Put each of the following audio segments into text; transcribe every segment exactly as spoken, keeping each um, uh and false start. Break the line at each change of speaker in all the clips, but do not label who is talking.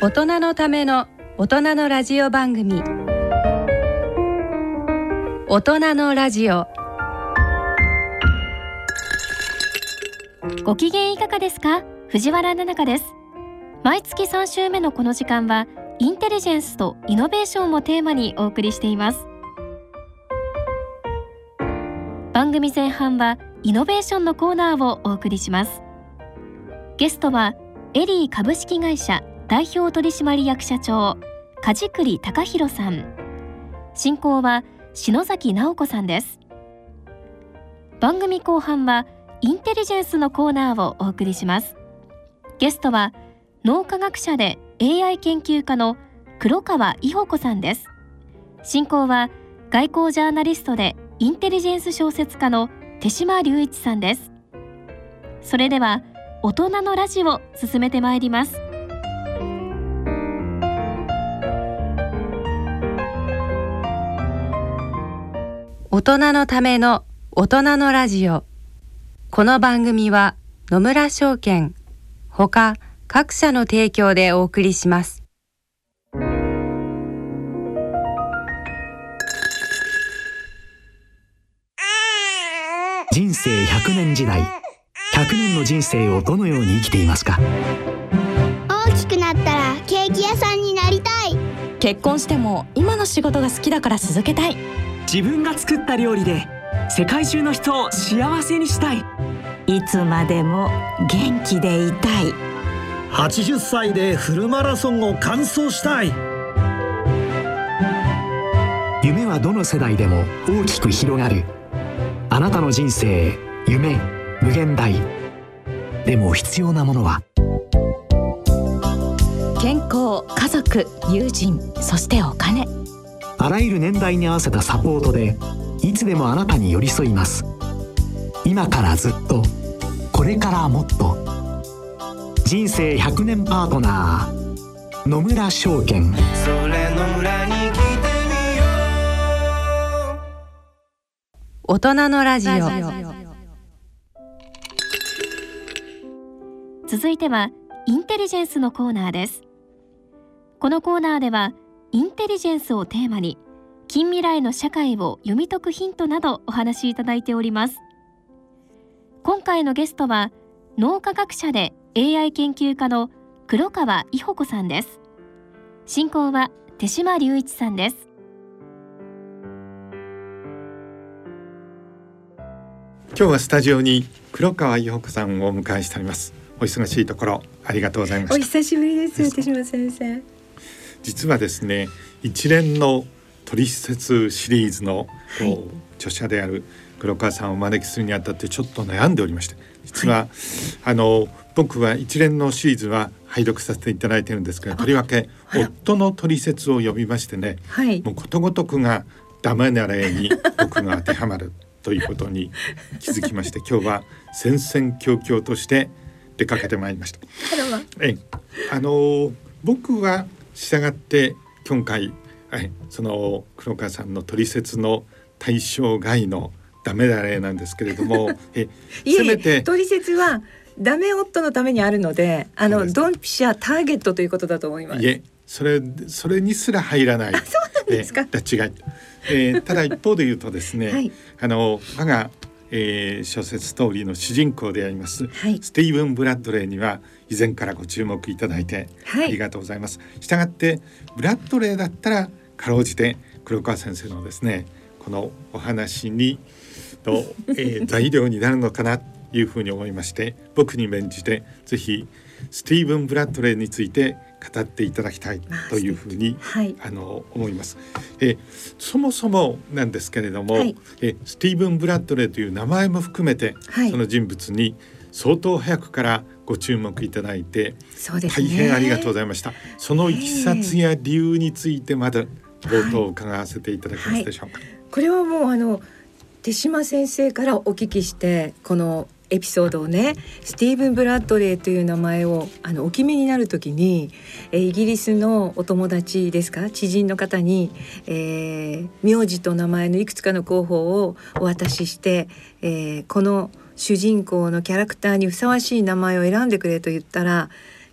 大人のための大人のラジオ番組、大人のラジオ。
ご機嫌いかがですか？藤原奈々香です。毎月さん週目のこの時間はインテリジェンスとイノベーションをテーマにお送りしています。番組前半はイノベーションのコーナーをお送りします。ゲストはエリー株式会社代表取締役社長梶栗貴弘さん。進行は篠崎直子さんです。番組後半はインテリジェンスのコーナーをお送りします。ゲストは脳科学者で エーアイ 研究家の黒川伊保子さんです。進行は外交ジャーナリストでインテリジェンス小説家の手島隆一さんです。それでは大人のラジオ進めてまいります。
大人のための大人のラジオ。この番組は野村証券ほか各社の提供でお送りします。
人生ひゃくねん時代、ひゃくねんの人生をどのように生きていますか？
大きくなったらケーキ屋さんになりたい。
結婚しても今の仕事が好きだから続けたい。
自分が作った料理で世界中の人を幸せにしたい。
いつまでも元気でいたい。
はちじゅっさいでフルマラソンを完走したい。
夢はどの世代でも大きく広がる。あなたの人生、夢、無限大。でも必要なものは
健康、家族、友人、そしてお金。
あらゆる年代に合わせたサポートでいつでもあなたに寄り添います。今からずっと、これからもっと。人生ひゃくねんパートナー、野村証券。それの裏に来てみよ
う。大人のラジオ。
続いてはインテリジェンスのコーナーです。このコーナーではインテリジェンスをテーマに近未来の社会を読み解くヒントなどお話しいただいております。今回のゲストは脳科学者で エーアイ 研究家の黒川伊保子さんです。進行は手島隆一さんです。
今日はスタジオに黒川伊保子さんをお迎えしております。お忙しいところありがとうございました。
お久しぶりです。手島先生。
実はですね、一連のトリセツシリーズの、はい、著者である黒川さんをお招きするにあたってちょっと悩んでおりまして、実は、はい、あの僕は一連のシリーズは拝読させていただいているんですけど、とりわけ夫のトリセツを呼びましてね、はい、もうことごとくがダメな例に僕が当てはまるということに気づきまして今日は戦々恐々として出かけてまいりました。えあの僕は従って今回その黒川さんのトリセツの対象外のダメな例なんですけれどもえ
いえいえせめてトリセツはダメ夫のためにあるので、あのドンピシャターゲットということだと思います。
いえ、それそれにすら入らない。
あ、そうなんですか。
え違い、えー、ただ一方で言うとですね、はい、あの我が、えー、小説ストーリーの主人公であります、はい、スティーブン・ブラッドレーには以前からご注目いただいてありがとうございます。したがってブラッドレーだったらかろうじて黒川先生のですねこのお話にの、えー、材料になるのかなというふうに思いまして僕に免じてぜひスティーブン・ブラッドレーについて語っていただきたいというふうに、はい、あの思います。えそもそもなんですけれども、はい、えスティーブン・ブラッドレーという名前も含めて、はい、その人物に相当早くからご注目いただいて、
そうですね、
大変ありがとうございました。そのいきさつや理由についてまだ冒頭伺わせていただけますでしょうか。
はいはい、これはもうあの手島先生からお聞きしてこのエピソードをね、スティーブン・ブラッドレーという名前をあのお決めになるときに、えイギリスのお友達ですか、知人の方に、えー、名字と名前のいくつかの候補をお渡しして、えー、この主人公のキャラクターにふさわしい名前を選んでくれと言ったら、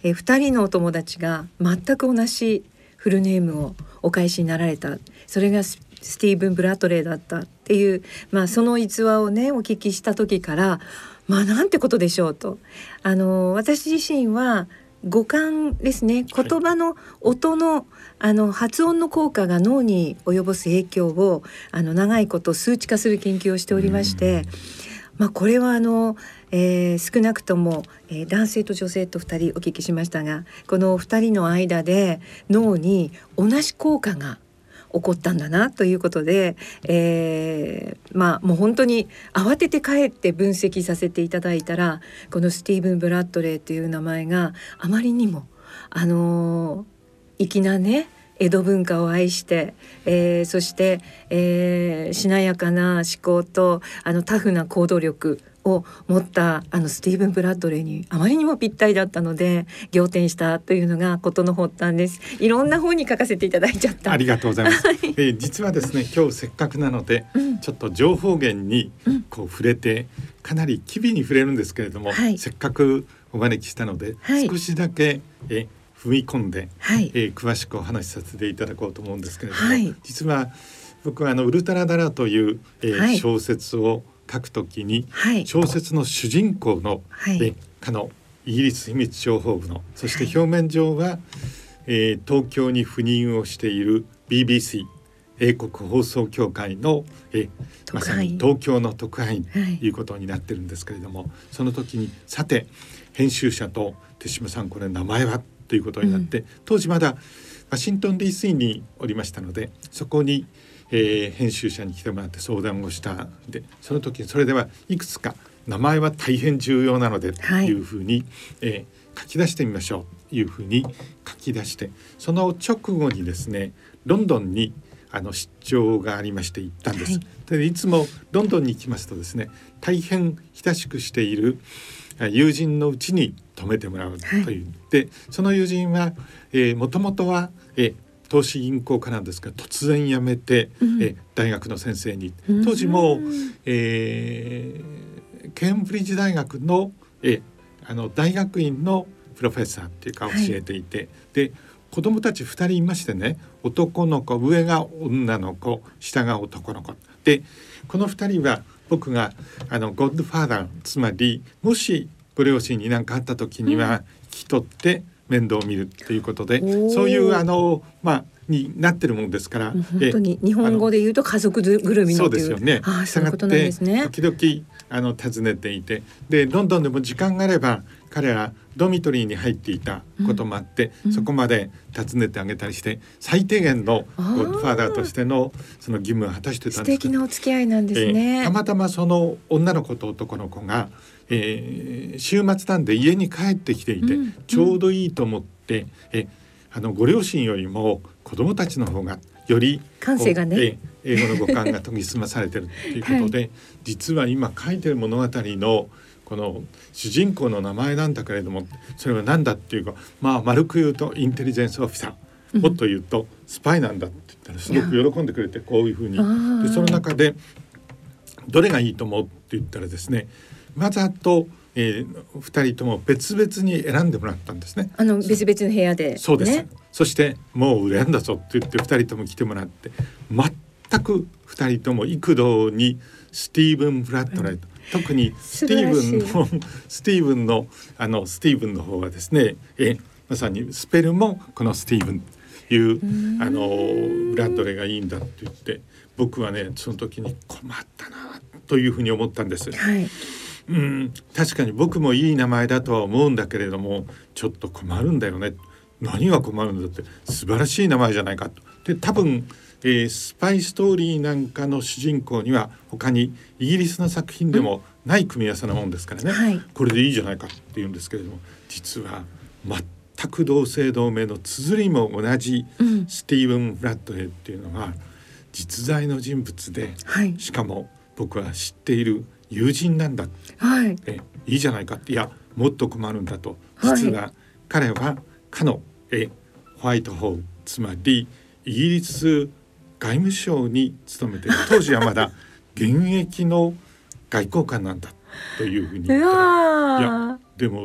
えー、ふたりのお友達が全く同じフルネームをお返しになられた。それがススティーブン・ブラッドレーだったっていう、まあ、その逸話をねお聞きした時から、まあなんてことでしょうと、あの私自身は五感ですね、言葉の音の、あの発音の効果が脳に及ぼす影響をあの長いこと数値化する研究をしておりまして、まあ、これはあの、えー、少なくとも、えー、男性と女性とふたりお聞きしましたが、このふたりの間で脳に同じ効果が起こったんだなということで、えー、まあもう本当に慌てて帰って分析させていただいたら、このスティーブン・ブラッドレーという名前があまりにもあのー、粋なね江戸文化を愛して、えー、そして、えー、しなやかな思考とあのタフな行動力を持ったあのスティーブン・ブラッドレーにあまりにもぴったりだったので仰天したというのが事の発端です。いろんな本に書かせていただいちゃった。
ありがとうございます、はいえー、実はですね今日せっかくなので、うん、ちょっと情報源にこう触れて、かなり機微に触れるんですけれども、はい、せっかくお招きしたので、はい、少しだけえ踏み込んで、はいえー、詳しくお話しさせていただこうと思うんですけれども、はい、実は僕はあのウルトラダラという、えーはい、小説を書くときに、はい、小説の主人公の、はい、えかのイギリス秘密情報部の、そして表面上は、えー、東京に赴任をしている ビービーシー 英国放送協会の、えまさに東京の特派員ということになってるんですけれども、はい、その時にさて編集者と手島さんこれ名前はということになって、うん、当時まだワシントン ディーシー におりましたので、そこにえー、編集者に来てもらって相談をしたで、その時それではいくつか名前は大変重要なのでというふうに、はいえー、書き出してみましょうというふうに書き出して、その直後にですねロンドンにあの出張がありまして行ったんです、はい、でいつもロンドンに行きますとですね大変親しくしている友人のうちに泊めてもらうという、はい、でその友人は、えー、もともとは、えー投資銀行家なんですが突然辞めて、うん、え大学の先生に当時も、えー、ケンブリッジ大学のえあの大学院のプロフェッサーっていうか教えていて、はい、で子供たちふたりいましてね、男の子上が女の子下が男の子で、このふたりは僕があのゴッドファーダー、つまりもしご両親に何かあった時には引き取って面倒を見るということで、うん、そういうあのまあになってるものですから、
本当に日本語で言うと家族ぐるみのという、
そうですよね。
ああ、そういうことなんですね。
時々あの訪ねていて、でロンドンでも時間があれば彼はドミトリーに入っていたこともあって、うん、そこまで訪ねてあげたりして、最低限のゴッドファーダーとしてのその義務を果たしてたんです。
素敵なお付き合いなんですね、
えー、たまたまその女の子と男の子が、えー、週末なんで家に帰ってきていて、うん、ちょうどいいと思って、えあのご両親よりも子どもたちの方がより
感性がね、
英語の語感が研ぎ澄まされているということで、はい、実は今書いている物語のこの主人公の名前なんだけれども、それは何だっていうか、まあ丸く言うとインテリジェンスオフィサー、もっと言うとスパイなんだって言ったらすごく喜んでくれて、こういうふうにで、その中でどれがいいと思うって言ったらですね、わざとえー、ふたりとも別々に選んでもらったんですね。
あの別々の部屋で、ね、
そうです。そしてもう売れんだぞって言ってふたりとも来てもらって、全くふたりとも幾度にスティーブン・ブラッドレー、うん、特にスティーブンのスティーブンのあのスティーブンの方はですね、えまさにスペルもこのスティーブンというあのブラッドレーがいいんだって言って、僕はねその時に困ったなというふうに思ったんです。
はい、
うん、確かに僕もいい名前だとは思うんだけれども、ちょっと困るんだよね。何が困るんだって、素晴らしい名前じゃないかと。で多分、えー、スパイストーリーなんかの主人公には他にイギリスの作品でもない組み合わせなもんですからね、はい、これでいいじゃないかって言うんですけれども、実は全く同姓同名の綴りも同じスティーブン・ブラッドレーっていうのが実在の人物で、はい、しかも僕は知っている友人なんだ、はい、えいいじゃないかって。いやもっと困るんだと。実は彼はかのえホワイトホール、つまりイギリス外務省に勤めている、当時はまだ現役の外交官なんだというふうに言ったら、いやでも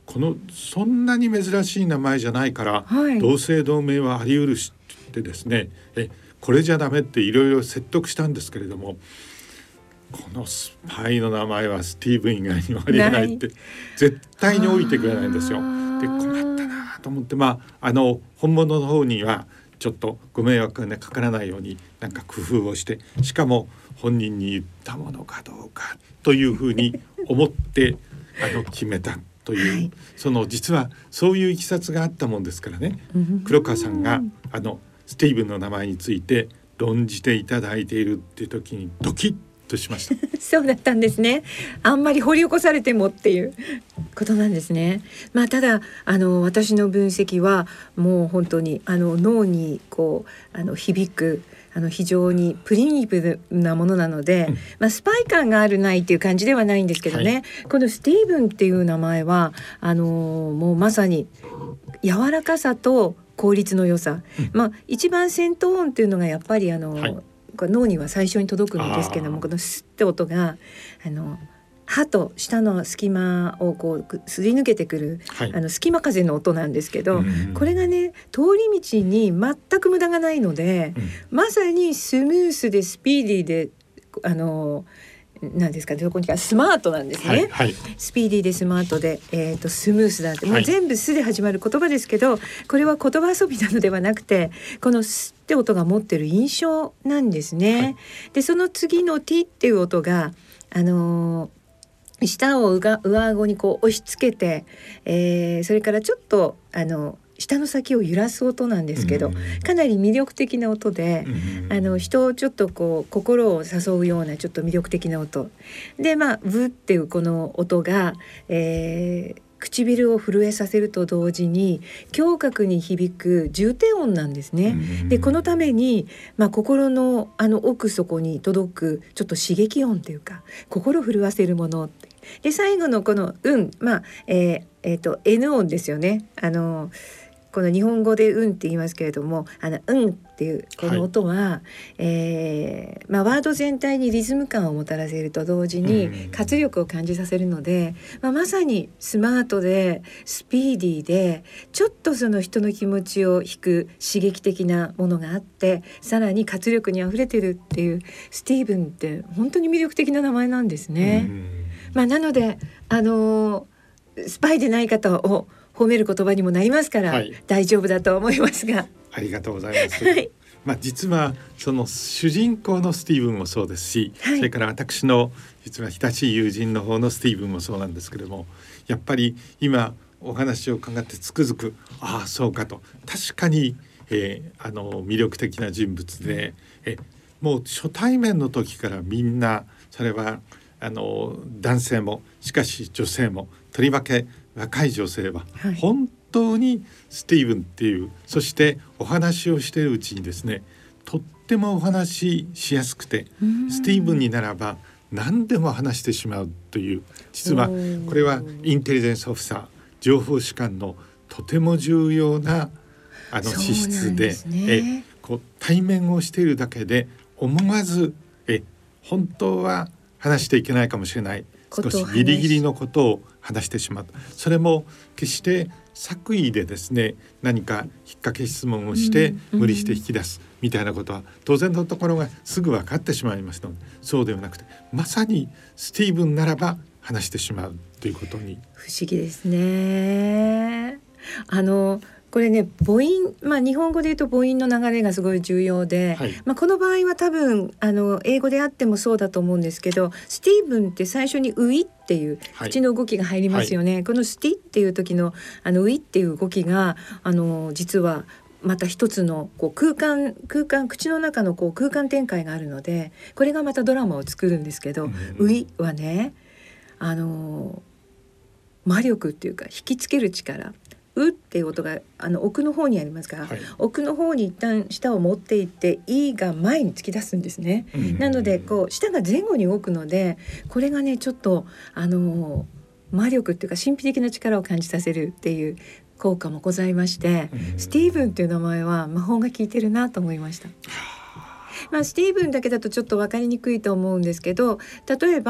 このそんなに珍しい名前じゃないから、
はい、
同姓同名はあり得るしってですね、えこれじゃダメっていろいろ説得したんですけれども、このスパイの名前はスティーブン以外にはありえないって絶対に置いてくれないんですよ。で困ったなと思って、まああの本物の方にはちょっとご迷惑が、ね、かからないようになんか工夫をして、しかも本人に言ったものかどうかというふうに思ってあの決めたという、はい、その実はそういういきさつがあったもんですからね、黒川さんがあのスティーブンの名前について論じていただいているっていう時にドキッとしました
そうだったんですね。あんまり掘り起こされてもっていうことなんですね。まあただあの私の分析はもう本当にあの脳にこうあの響くあの非常にプリミティブなものなので、うん、まあ、スパイ感があるないっていう感じではないんですけどね、はい、このスティーブンっていう名前はあのもうまさに柔らかさと効率の良さ、うん、まあ一番先頭音っていうのがやっぱりあの、はい、脳には最初に届くんですけども、このスって音があの歯と舌の隙間をこうすり抜けてくる、はい、あの隙間風の音なんですけど、うん、これがね通り道に全く無駄がないので、うん、まさにスムースでスピーディーであのなんですか、どこにかスマートなんですね、はいはい、スピーディーでスマートで、えー、とスムースだって、もう全部スで始まる言葉ですけど、これは言葉遊びなのではなくてこのスって音が持ってる印象なんですね、はい、でその次の T っていう音があのー舌を上顎にこう押し付けて、えー、それからちょっとあの舌の先を揺らす音なんですけど、かなり魅力的な音で、あの人をちょっとこう心を誘うようなちょっと魅力的な音で、まあブっていうこの音が、えー唇を震えさせると同時に胸郭に響く重低音なんですね。でこのために、まあ、心のあの奥底に届くちょっと刺激音というか心震わせるもので、最後のこのうんまあえーえー、と N 音ですよね。あのこの日本語でうんって言いますけれども、あのうんっていうこの音は、はい、えーまあ、ワード全体にリズム感をもたらせると同時に活力を感じさせるので、まあ、まさにスマートでスピーディーでちょっとその人の気持ちを引く刺激的なものがあって、さらに活力にあふれてるっていうスティーブンって本当に魅力的な名前なんですね。まあ、なのであのー、スパイでない方を褒める言葉にもなりますから、はい、大丈夫だと思いますが、
ありがとうございます、はい、まあ、実はその主人公のスティーブンもそうですし、はい、それから私の実は親しい友人の方のスティーブンもそうなんですけれども、やっぱり今お話を伺ってつくづくああそうかと、確かに、えー、あの魅力的な人物で、えもう初対面の時からみんなそれはあの男性もしかし女性もとりわけ若い女性は本当にスティーブンっていう、はい、そしてお話をしているうちにですね、とってもお話ししやすくて、スティーブンにならば何でも話してしまうという、実はこれはインテリジェンスオフィサー、情報士官のとても重要なあの資質 で, で、ね、えこう対面をしているだけで思わずえ本当は話していけないかもしれない少しギリギリのことを話してしまう。それも決して作為でですね、何か引っ掛け質問をして無理して引き出すみたいなことは当然のところがすぐ分かってしまいますので、そうではなくてまさにスティーブンならば話してしまうということに。
不思議ですね。あのこれね、母音、まあ、日本語で言うと母音の流れがすごい重要で、はい、まあ、この場合は多分あの英語であってもそうだと思うんですけど、スティーブンって最初にウイっていう口の動きが入りますよね、はい、このスティっていう時のあのウイっていう動きがあの実はまた一つのこう空間空間口の中のこう空間展開があるので、これがまたドラマを作るんですけど、うん、ウイはね、あの魔力っていうか引きつける力、うっていう音があの奥の方にありますから、はい、奥の方に一旦舌を持っていっていが前に突き出すんですね、うん、なのでこう舌が前後に動くので、これがねちょっとあの魔力っていうか神秘的な力を感じさせるっていう効果もございまして、うん、スティーブンっていう名前は魔法が効いてるなと思いました。まあ、スティーブンだけだとちょっと分かりにくいと思うんですけど、例えば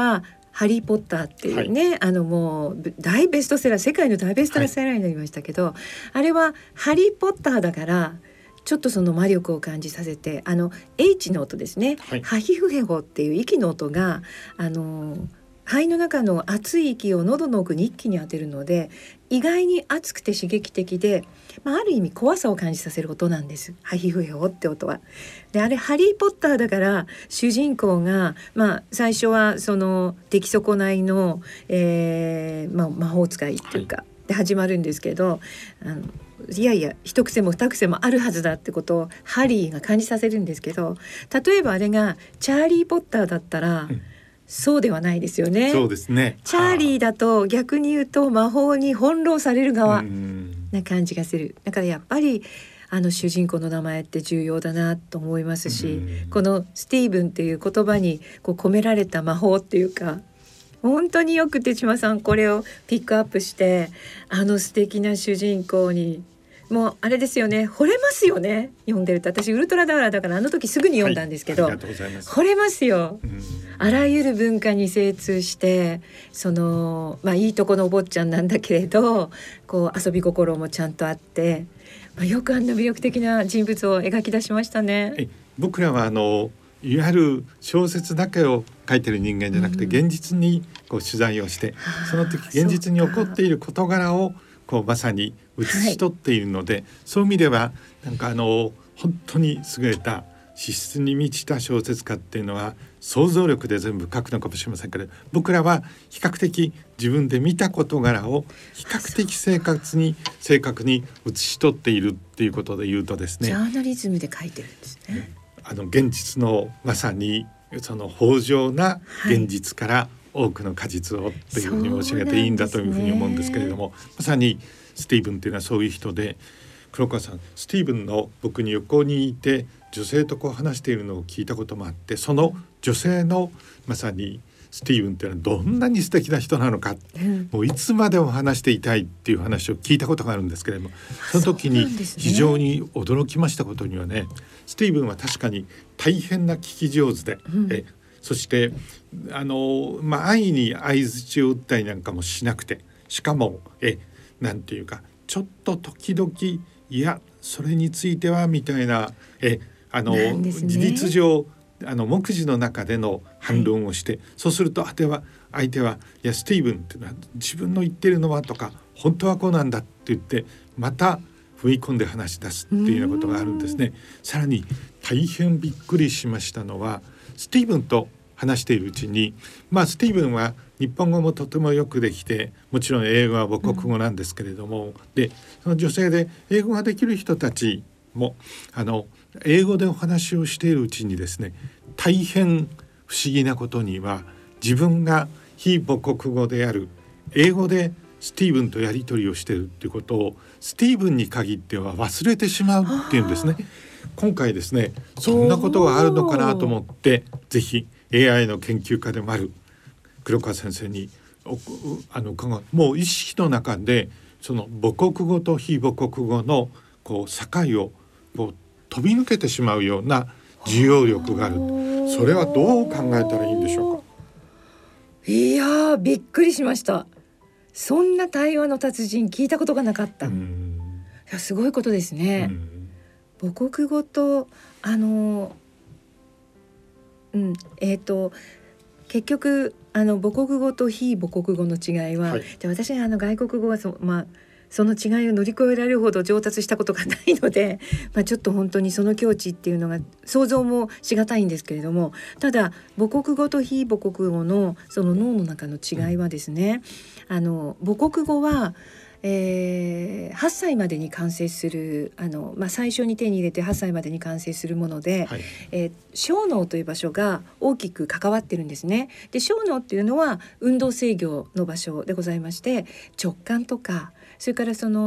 ハリーポッターっていうね、はい、あのもう大ベストセラー、世界の大ベストセラーになりましたけど、はい、あれはハリーポッターだからちょっとその魔力を感じさせて、あの H の音ですね、はい、ハヒフヘホっていう息の音があの肺の中の熱い息を喉の奥に一気に当てるので、意外に熱くて刺激的で、まあ、ある意味怖さを感じさせる音なんです。ハヒフヘホって音は。であれハリーポッターだから主人公が、まあ、最初はその出来損ないの、えーまあ、魔法使いっていうか、はい、で始まるんですけど、あのいやいや一癖も二癖もあるはずだってことをハリーが感じさせるんですけど、例えばあれがチャーリー・ポッターだったら、うん、そうではないですよね。
そうですね。
チャーリーだと逆に言うと魔法に翻弄される側な感じがする。だからやっぱりあの主人公の名前って重要だなと思いますし、このスティーブンっていう言葉にこう込められた魔法っていうか、本当によく手島さんこれをピックアップして、あの素敵な主人公にもうあれですよね、惚れますよね。読んでると、私ウルトラダウラーだからあの時すぐに読んだんですけど、はい、ありがとうございます。惚れますよ。あらゆる文化に精通して、そのまあいいとこのお坊ちゃんなんだけれど、こう遊び心もちゃんとあって、まあ、よくあんな魅力的な人物を描き出しましたね。
え僕らはあのいわゆる小説だけを書いてる人間じゃなくて、うん、現実にこう取材をして、その時現実に起こっている事柄をこうまさに写し取っているので、はい、そういう意味ではなんかあの本当に優れた資質に満ちた小説家っていうのは想像力で全部書くのかもしれませんけど、僕らは比較的自分で見た事柄を比較的生活に正確に写し取っているっていうことで言うとですね、
ジャーナリズムで書いてるんですね。
あの現実のまさにその豊穣な現実から多くの果実をっていうふうに申し上げていいんだというふうに思うんですけれども、まさにスティーブンっていうのはそういう人で、黒川さんスティーブンの僕に横にいて女性とこう話しているのを聞いたこともあって、その女性のまさにスティーブンっていうのはどんなに素敵な人なのか、うん、もういつまでも話していたいっていう話を聞いたことがあるんですけれども、その時に非常に驚きましたことにはね、スティーブンは確かに大変な聞き上手で、うん、えそしてあの、まあ、安易に相槌を打ったりなんかもしなくて、しかもえなんていうかちょっと時々いやそれについてはみたいなえあの、ね、事実上あの目次の中での反論をして、はい、そうすると相手は相手はいやスティーブンってのは自分の言ってるのはとか本当はこうなんだって言ってまた踏み込んで話し出すっていうようなことがあるんですね。さらに大変びっくりしましたのは、スティーブンと話しているうちに、まあスティーブンは日本語もとてもよくできて、もちろん英語は母国語なんですけれども、うん、でその女性で英語ができる人たちもあの英語でお話をしているうちにですね、大変不思議なことには自分が非母国語である英語でスティーブンとやり取りをしているっていうことをスティーブンに限っては忘れてしまうっていうんですね。今回ですね、そんなことがあるのかなと思って、ぜひ エーアイ の研究家でもある黒川先生にあのもう意識の中でその母国語と非母国語のこう境をこう飛び抜けてしまうような需要力がある。それはどう考えたらいいんでしょうか。
いやびっくりしました。そんな対話の達人聞いたことがなかった。うん、いやすごいことですね。うん、母国語とあのうんえっ、ー、と結局あの母国語と非母国語の違いは、はい、で私あの外国語はそ、まあ、その違いを乗り越えられるほど上達したことがないので、まあ、ちょっと本当にその境地っていうのが想像もしがたいんですけれども、ただ母国語と非母国語のその脳の中の違いはですね、うん、あの母国語はえー、はっさいまでに完成するあの、まあ、最初に手に入れてはっさいまでに完成するもので、はい、えー、小脳という場所が大きく関わってるんですね。で小脳っていうのは運動制御の場所でございまして、直感とかそれからその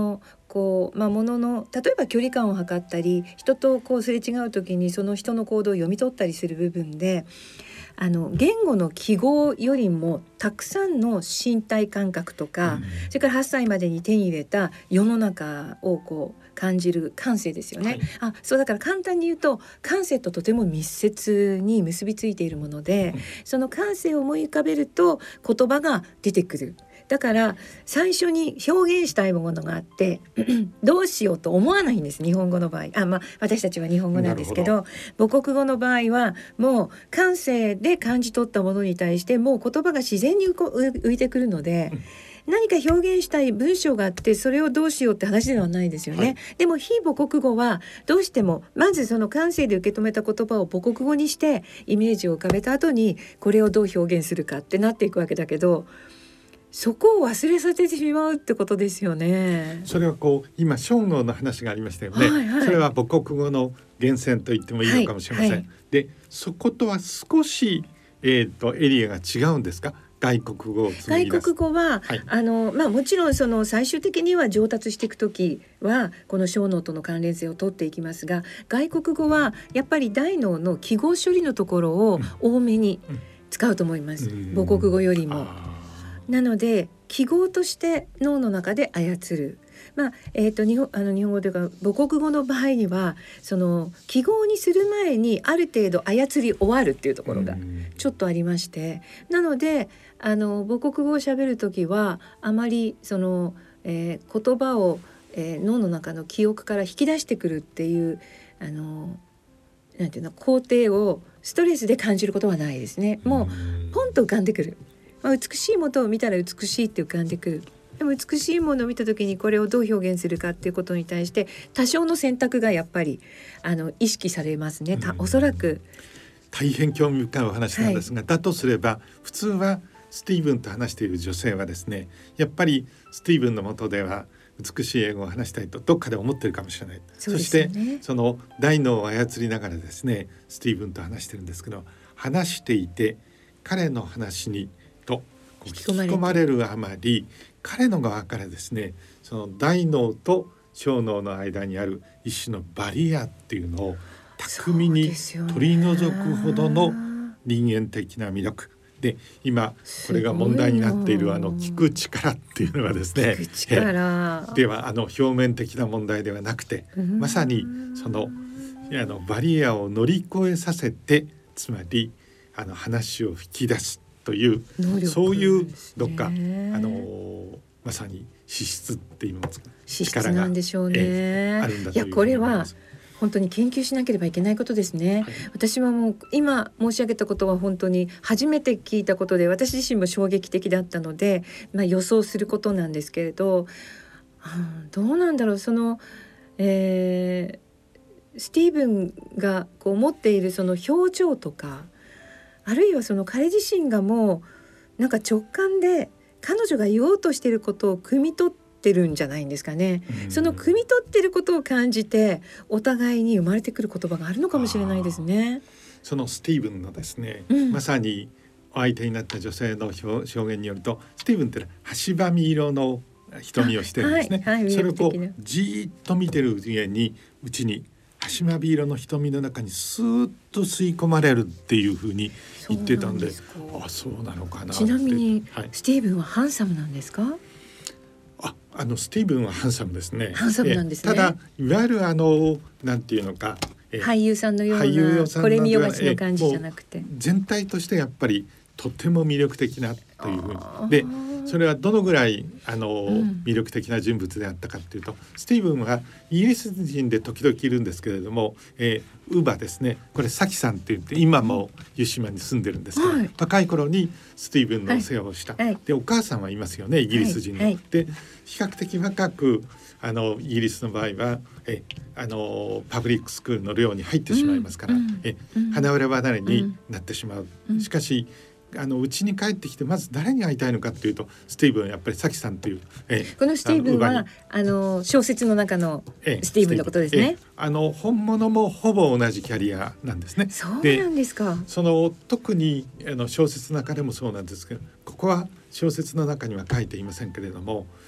こう、まあ、ものの例えば距離感を測ったり人とこうすれ違う時にその人の行動を読み取ったりする部分で、あの言語の記号よりもたくさんの身体感覚とか、うん、それからはっさいまでに手に入れた世の中をこう感じる感性ですよね、はい、あそうだから簡単に言うと感性ととても密接に結びついているもので、うん、その感性を思い浮かべると言葉が出てくる。だから最初に表現したいものがあってどうしようと思わないんです、日本語の場合。あ、まあ、私たちは日本語なんですけど、ど母国語の場合はもう感性で感じ取ったものに対してもう言葉が自然に浮いてくるので、うん、何か表現したい文章があってそれをどうしようって話ではないですよね、はい、でも非母国語はどうしてもまずその感性で受け止めた言葉を母国語にしてイメージを浮かべた後にこれをどう表現するかってなっていくわけだけど、そこを忘れさせてしまうってことですよね。
それはこう今小脳の話がありましたよね、はいはい、それは母国語の源泉と言ってもいいのかもしれません、はいはい、でそことは少し、えーと、エリアが違うんですか？外国語を
外国語は、はい、あのまあ、もちろんその最終的には上達していくときはこの小脳との関連性を取っていきますが、外国語はやっぱり大脳の記号処理のところを多めに使うと思います、うん、母国語よりも。なので記号として脳の中で操る、まあえー、と日本、あの日本語というか母国語の場合にはその記号にする前にある程度操り終わるっていうところがちょっとありまして、なのであの母国語を喋るときはあまりその、えー、言葉を、えー、脳の中の記憶から引き出してくるっていうあのなんていうの工程をストレスで感じることはないですね。もうポンと浮かんでくる。まあ、美しいものを見たら美しいって浮かんでくる。でも美しいものを見た時にこれをどう表現するかっていうことに対して多少の選択がやっぱりあの意識されますね。たおそらく
大変興味深いお話なんですが、はい、だとすれば普通はスティーブンと話している女性はですね、やっぱりスティーブンの下では美しい英語を話したいとどっかで思ってるかもしれない。 そ,、ね、そしてその大脳を操りながらですねスティーブンと話してるんですけど、話していて彼の話にと引き込まれるあまり彼の側からですねその大脳と小脳の間にある一種のバリアっていうのを巧みに取り除くほどの人間的な魅力で、今これが問題になっているあの聞く力っていうのがですね、ではあの表面的な問題ではなくて、まさにそのあのバリアを乗り越えさせて、つまりあの話を引き出すという、そういうどっかあのまさに資質って言いますか、
資質なんでしょうね、えー、あるんだというふうに思います。いやこれは本当に研究しなければいけないことですね、はい、私はもう今申し上げたことは本当に初めて聞いたことで、私自身も衝撃的だったので、まあ、予想することなんですけれど、うん、どうなんだろう、その、えー、スティーブンがこう持っているその表情とか、あるいはその彼自身がもうなんか直感で彼女が言おうとしていることを汲み取っててるんじゃないんですかね、うん、その汲み取ってることを感じてお互いに生まれてくる言葉があるのかもしれないですね。
そのスティーブンのですね、うん、まさにお相手になった女性の表現によると、スティーブンって橋ばみ色の瞳をしてるんですね、はいはい、それをこうじーっと見てるうちにうちに橋ばみ色の瞳の中にスーッと吸い込まれるっていうふうに言ってたんで、あ、そうなのかなって。
ちなみに、はい、スティーブンはハンサムなんですか？
ああのスティーブンはハンサムですね。
ハンサムなんですね。
ただいわゆるあのなんていうのか、
俳優さんのようなこれ見よがちの感じじゃなくて、
全体としてやっぱりとても魅力的なというふうにで、それはどのぐらいあの、うん、魅力的な人物であったかというと、スティーブンはイギリス人で時々いるんですけれども、えー、ウバですね、これサキさんって言って今も湯島に住んでるんですけど、はい、若い頃にスティーブンのお世話をした、はい、でお母さんはいますよね、イギリス人の、はいはい、で比較的若くあのイギリスの場合はえあのパブリックスクールの寮に入ってしまいますから、うん、え離れ離れになってしまう、うん、しかしあの家に帰ってきてまず誰に会いたいのかというと、スティーブンはやっぱりサキさんという、え
このスティーブンはあの小説の中のスティーブンのことですね。
あの本物もほぼ同じキャリアなんですね。
そうなんですか。
その特にあの小説の中でもそうなんですけど、ここは小説の中には書いていませんけれども、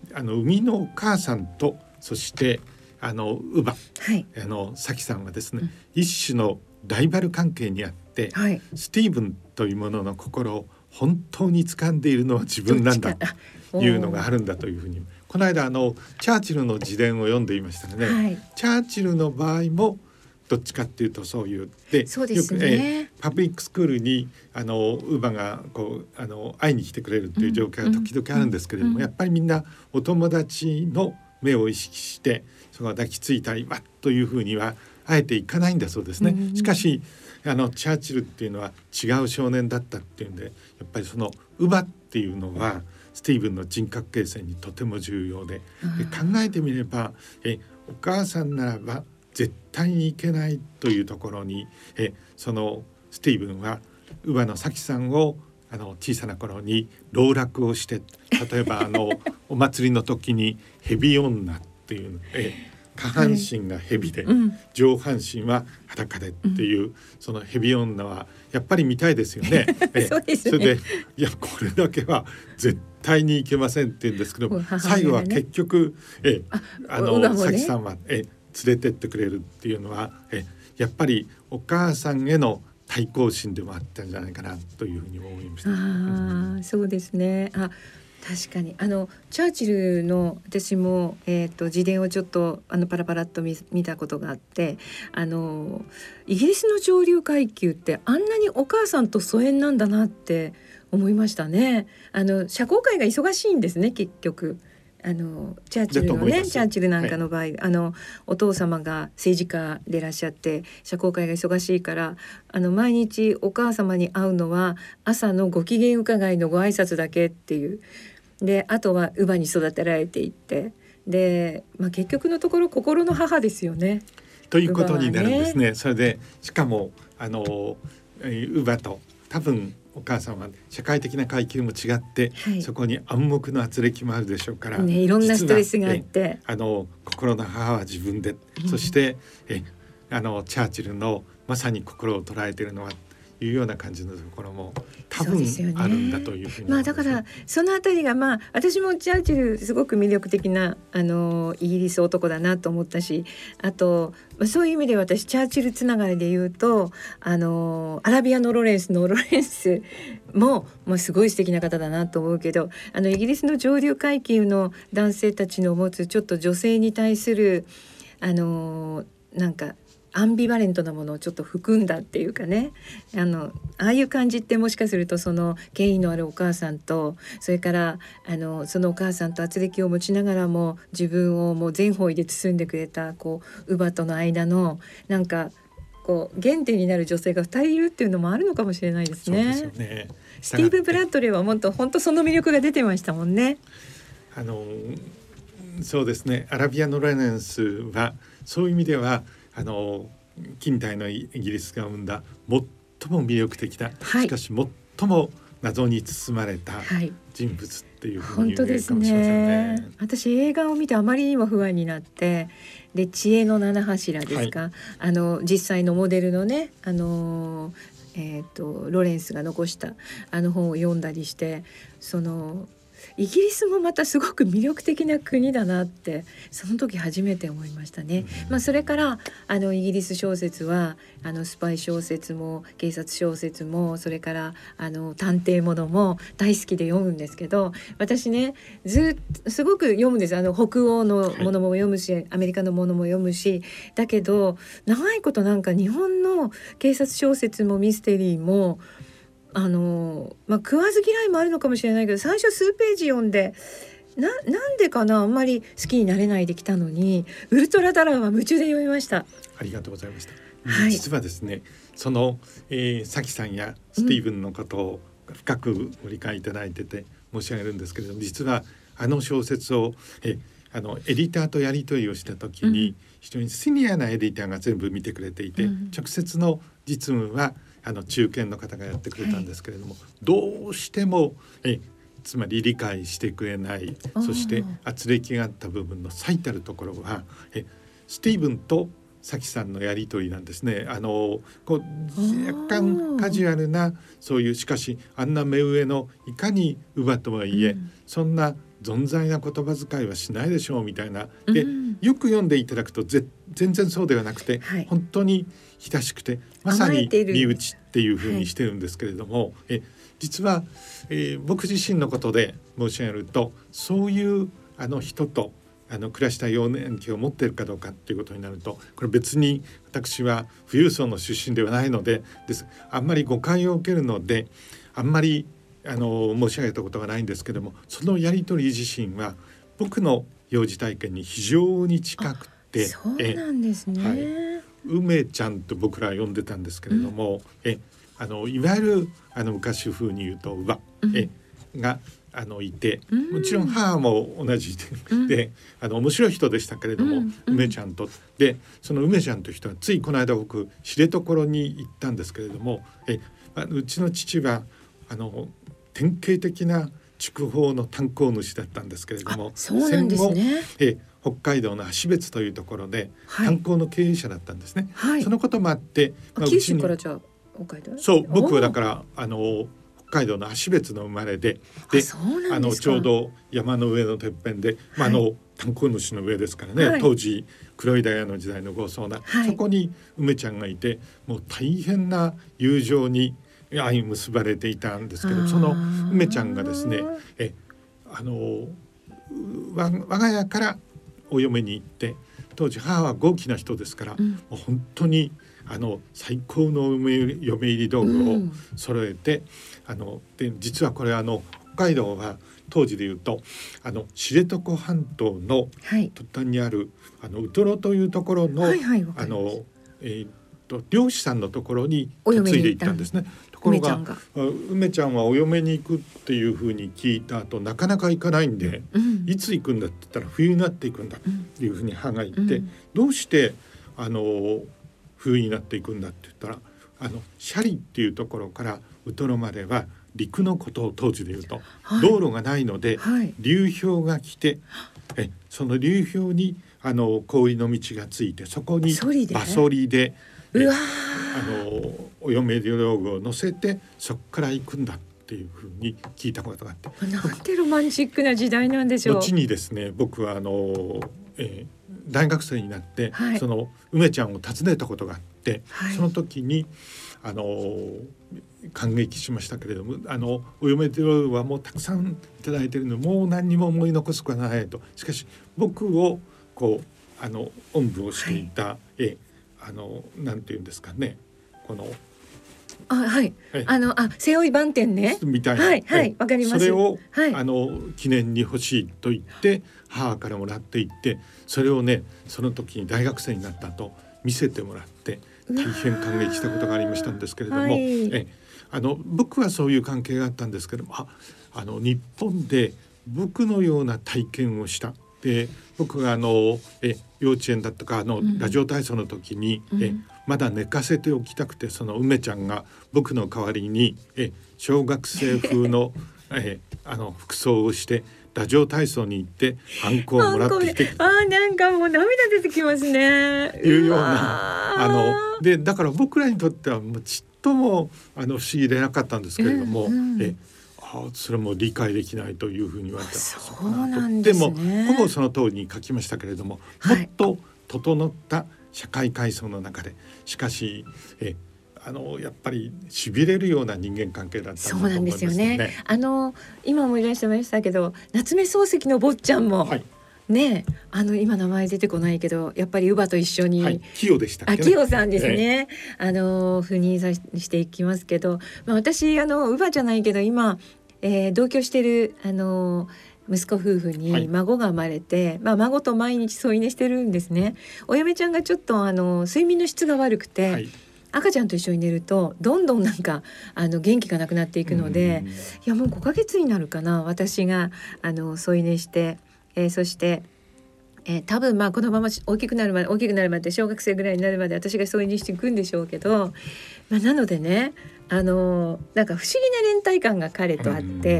あの生みのお母さんとそしてあの乳母、
はい、
あのサキさんはですね、
うん、
一種のライバル関係にあって、はい、スティーブンというものの心を本当に掴んでいるのは自分なんだというのがあるんだというふうに、この間あのチャーチルの自伝を読んでいましたね、はい、チャーチルの場合もどっちかっていうとそういうで、
そうですね、
よく、えー、パブリックスクールにあの乳母がこうあの会いに来てくれるっていう状況が時々あるんですけれども、うんうん、やっぱりみんなお友達の目を意識してその抱きついたりわっというふうにはあえていかないんだそうですね、うん、しかしあのチャーチルっていうのは違う少年だったっていうんで、やっぱりその乳母っていうのはスティーブンの人格形成にとても重要 で, で考えてみればえお母さんならば絶対にいけないというところにえそのスティーブンは乳母のサキさんをあの小さな頃に籠絡をして、例えばあのお祭りの時に蛇女っていうえ下半身が蛇で、はい、上半身は裸でっていう、うん、その蛇女はやっぱり見たいですよね。
そうですね。
それでいやこれだけは絶対にいけませんって言うんですけど、ね、最後は結局えああの、ね、サキさんはえ連れてってくれるっていうのはえやっぱりお母さんへの対抗心でもあったんじゃないかなというふうに思いました。
あ、うん、そうですね。あ、確かにあのチャーチルの私も、えー、と自伝をちょっとあのパラパラっと 見, 見たことがあって、あのイギリスの上流階級ってあんなにお母さんと疎遠なんだなって思いましたね。あの社交界が忙しいんですね結局。あのチャーチルのねチャーチルなんかの場合、はい、あのお父様が政治家でいらっしゃって社交界が忙しいからあの毎日お母様に会うのは朝のご機嫌伺いのご挨拶だけっていうで、あとは乳母に育てられていってで、まあ、結局のところ心の母ですよね
ということになるんですね。それでしかもあの乳母と多分お母さんは社会的な階級も違って、はい、そこに暗黙の圧力もあるでしょうから、
ね、いろんなストレスがあって
あの心の母は自分で、うん、そしてえあのチャーチルのまさに心を捉えているのはいうような感じのところも多分あるんだというふうに思います。
まあ、だからそのあたりが、まあ、私もチャーチルすごく魅力的なあのイギリス男だなと思ったし、あとそういう意味で私チャーチルつながりで言うとあのアラビアのロレンスのロレンスも、もうすごい素敵な方だなと思うけど、あのイギリスの上流階級の男性たちの持つちょっと女性に対するあのなんかアンビバレントなものをちょっと含んだっていうかね、あのああいう感じってもしかするとその権威のあるお母さんとそれからあのそのお母さんと圧力を持ちながらも自分をもう全方位で包んでくれたこう乳母との間のなんかこう原点になる女性がふたりいるっていうのもあるのかもしれないですね。
そうですよね。
スティーブン・ブラッドレーは本当本当その魅力が出てましたもんね。
あのそうですね。アラビアのロレンスはそういう意味ではあの近代のイギリスが生んだ最も魅力的な、はい、しかし最も謎に包まれた人物っていうふうに言えるかもしれませんね。
本当ですね。私映画を見てあまりにも不安になって、で知恵の七柱ですか、はい、あの実際のモデルのねあの、えーと、ロレンスが残したあの本を読んだりして、そのイギリスもまたすごく魅力的な国だなってその時初めて思いましたね。まあ、それからあのイギリス小説はあのスパイ小説も警察小説もそれからあの探偵ものも大好きで読むんですけど、私ねずっとすごく読むんです。あの北欧のものも読むし、はい、アメリカのものも読むし、だけど長いことなんか日本の警察小説もミステリーもあのまあ、食わず嫌いもあるのかもしれないけど最初数ページ読んで な, なんでかなあんまり好きになれないできたのにウルトラダラーは夢中で読みました。
ありがとうございました。はい、実はですねその、えー、サキさんやスティーブンのことを深くご理解いただいてて申し上げるんですけれども、実はあの小説をえあのエディターとやり取りをした時に、うん、非常にシニアなエディターが全部見てくれていて、うん、直接の実務はあの中堅の方がやってくれたんですけれども、はい、どうしてもえつまり理解してくれない、そして圧力があった部分の最たるところはえスティーブンとサキさんのやり取りなんですね。あのこう若干カジュアルなそういう、しかしあんな目上のいかに乳母とはいえ、うん、そんな存在な言葉遣いはしないでしょうみたいなで、うん、よく読んでいただくとぜ全然そうではなくて、はい、本当に親しくてまさに身内っていうふうにしてるんですけれども、はい、え実は、えー、僕自身のことで申し上げるとそういうあの人とあの暮らした幼年期を持っているかどうかっていうことになるとこれ別に私は富裕層の出身ではないのでですあんまり誤解を受けるのであんまりあの申し上げたことがないんですけどもそのやり取り自身は僕の幼児体験に非常に近くて
そうなんですね、はい、
梅ちゃんと僕ら呼んでたんですけれども、うん、えあのいわゆるあの昔風に言うと乳母、うん、えがあのいてもちろん母も同じで、うん、であの面白い人でしたけれども、うん、梅ちゃんとでその梅ちゃんという人はついこの間僕知床に行ったんですけれどもえあのうちの父はあの典型的な筑豊の炭鉱主だったんですけれども
そうなんですね、
え北海道の芦別というところで、はい、炭鉱の経営者だったんですね、はい、そのこともあって、
まあ、九州からじゃあ北海道
そう僕はだからあの北海道の芦別の生まれでであのちょうど山の上のてっぺんで、まあ、あの、はい、炭鉱主の上ですからね、はい、当時黒いダイヤの時代の豪壮な、はい、そこに梅ちゃんがいてもう大変な友情に愛結ばれていたんですけどその梅ちゃんがですねえあの我が家からお嫁に行って当時母は豪気な人ですから、うん、もう本当にあの最高の嫁入り道具を揃えて、うん、あので実はこれあの北海道は当時でいうとあの知床半島の突端にある、はい、あのウトロというところの、はいはい、あの、えー、と漁師さんのところに嫁いで行ったんですね。ところが梅ちゃんが梅ちゃんはお嫁に行くっていうふうに聞いた後なかなか行かないんで、うん、いつ行くんだって言ったら冬になっていくんだっていうふうに母が言って、うん、どうしてあの冬になっていくんだって言ったらあの斜里っていうところからウトロまでは陸のことを当時で言うと、はい、道路がないので、はい、流氷が来てえその流氷にあの氷の道がついてそこにバソリで
うわ
あのお嫁道具を乗せてそこから行くんだっていうふうに聞いたことがあって
なんてロマンチックな時代なんでしょう。
後にですね僕はあの、えー、大学生になって、はい、その梅ちゃんを訪ねたことがあって、はい、その時にあの感激しましたけれどもあのお嫁道具はもうたくさんいただいているのもう何にも思い残すことはないとしかし僕をこうあのおんぶをしていた、はい、えあのなんていうんですかねこの
あはい、はい、あのあ背負い番店ね
みたいな
はいはいわかります。
それを、
はい、
あの記念に欲しいと言って母からもらっていってそれをねその時に大学生になった後見せてもらって大変感激したことがありましたんですけれども、はい、えあの僕はそういう関係があったんですけども あ, あの日本で僕のような体験をしたで僕があのえ幼稚園だとかあの、うん、ラジオ体操の時に、うん、えまだ寝かせておきたくてその梅ちゃんが僕の代わりにえ小学生風のえあの服装をしてラジオ体操に行ってハンコをもらってきて
あーなんかもう涙出てきますね
いうようなあのでだから僕らにとってはもうちっともあの不思議でなかったんですけれども、うんうん、えあそれも理解できないというふうに言われた。
そうなんですね。
でもほぼその通りに書きましたけれども、はい、もっと整った社会階層の中でしかしえあのやっぱり痺れるような人間関係だったんだと思いますね。
そうなんですよね。あの今もいらっしゃいましたけど夏目漱石の坊ちゃんも、はい、ねあの今名前出てこないけどやっぱり乳母と一緒に、
はい、清でしたっけね。
あ清さんですね、えー、あの赴任さしていきますけど、まあ、私あの乳母じゃないけど今、えー、同居してるあの息子夫婦に孫が生まれて、はい、まあ、孫と毎日添い寝してるんですね。お嫁ちゃんがちょっとあの睡眠の質が悪くて、はい、赤ちゃんと一緒に寝るとどんどんなんかあの元気がなくなっていくので、いやもうごかげつになるかな私があの添い寝して、えー、そしてえー、多分まあこのまま大きくなるまで大きくなるまで小学生ぐらいになるまで私が添い寝していくんでしょうけど、まあ、なのでねあのなんか不思議な連帯感が彼とあって、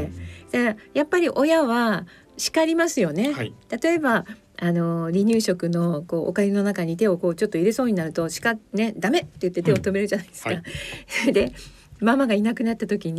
でやっぱり親は叱りますよね、はい、例えばあの離乳食のこうおかゆの中に手をこうちょっと入れそうになると叱ねダメって言って手を止めるじゃないですか、うんはい、でママがいなくなった時に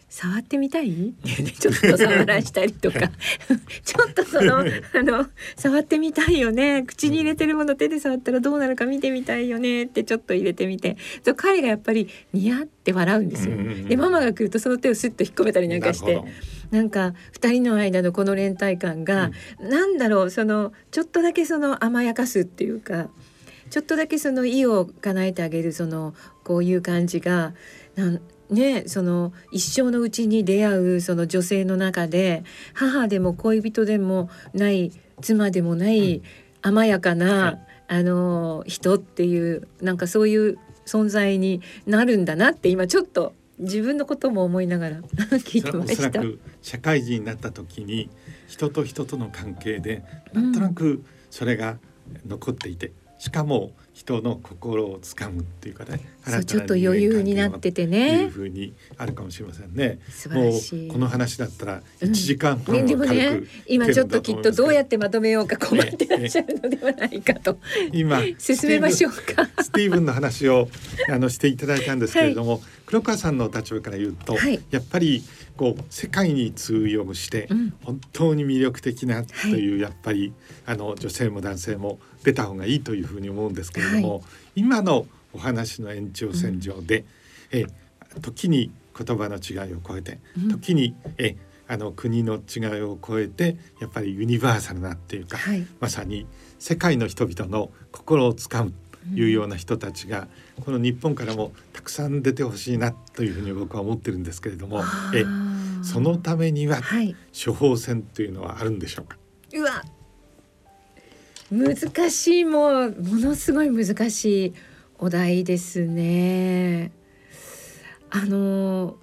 触ってみたいちょっと触らしたりとかちょっとそのあの触ってみたいよね、口に入れてるもの手で触ったらどうなるか見てみたいよねってちょっと入れてみて、彼がやっぱりニヤって笑うんですよ。でママが来るとその手をスッと引っ込めたりなんかして、なんかふたりの間のこの連帯感が、うん、なんだろう、そのちょっとだけその甘やかすっていうか、ちょっとだけその意を叶えてあげる、そのこういう感じがなんね、その一生のうちに出会うその女性の中で、母でも恋人でもない妻でもない甘やかな、うん、あの人っていう、なんかそういう存在になるんだなって今ちょっと自分のことも思いながら聞いてました。
おそらく社会人になった時に人と人との関係でなんとなくそれが残っていて、うん、しかも人の心をつかむっていうかね、
そうちょっと余裕になっててね、
いう風にあるかもしれませんね。
素晴らしい。
もうこの話だったらいちじかんはんは軽く、
うんね、でもね、今ちょっときっとどうやってまとめようか困ってらっしゃるのではないかと、ねね、今進めましょうか。
スティーブンの話をあのしていただいたんですけれども、はい、黒川さんの立場から言うと、はい、やっぱりこう世界に通用して本当に魅力的なという、うん、やっぱりあの女性も男性も出た方がいいというふうに思うんですけれども、はい、今のお話の延長線上で、うん、え時に言葉の違いを超えて、うん、時にえあの国の違いを超えてやっぱりユニバーサルなっていうか、はい、まさに世界の人々の心をつかむというような人たちが、うん、この日本からもたくさん出てほしいなというふうに僕は思ってるんですけれども、えそのためには、はい、処方箋というのはあるんでしょうか。
うわ難しい、もうものすごい難しいお題ですね。あの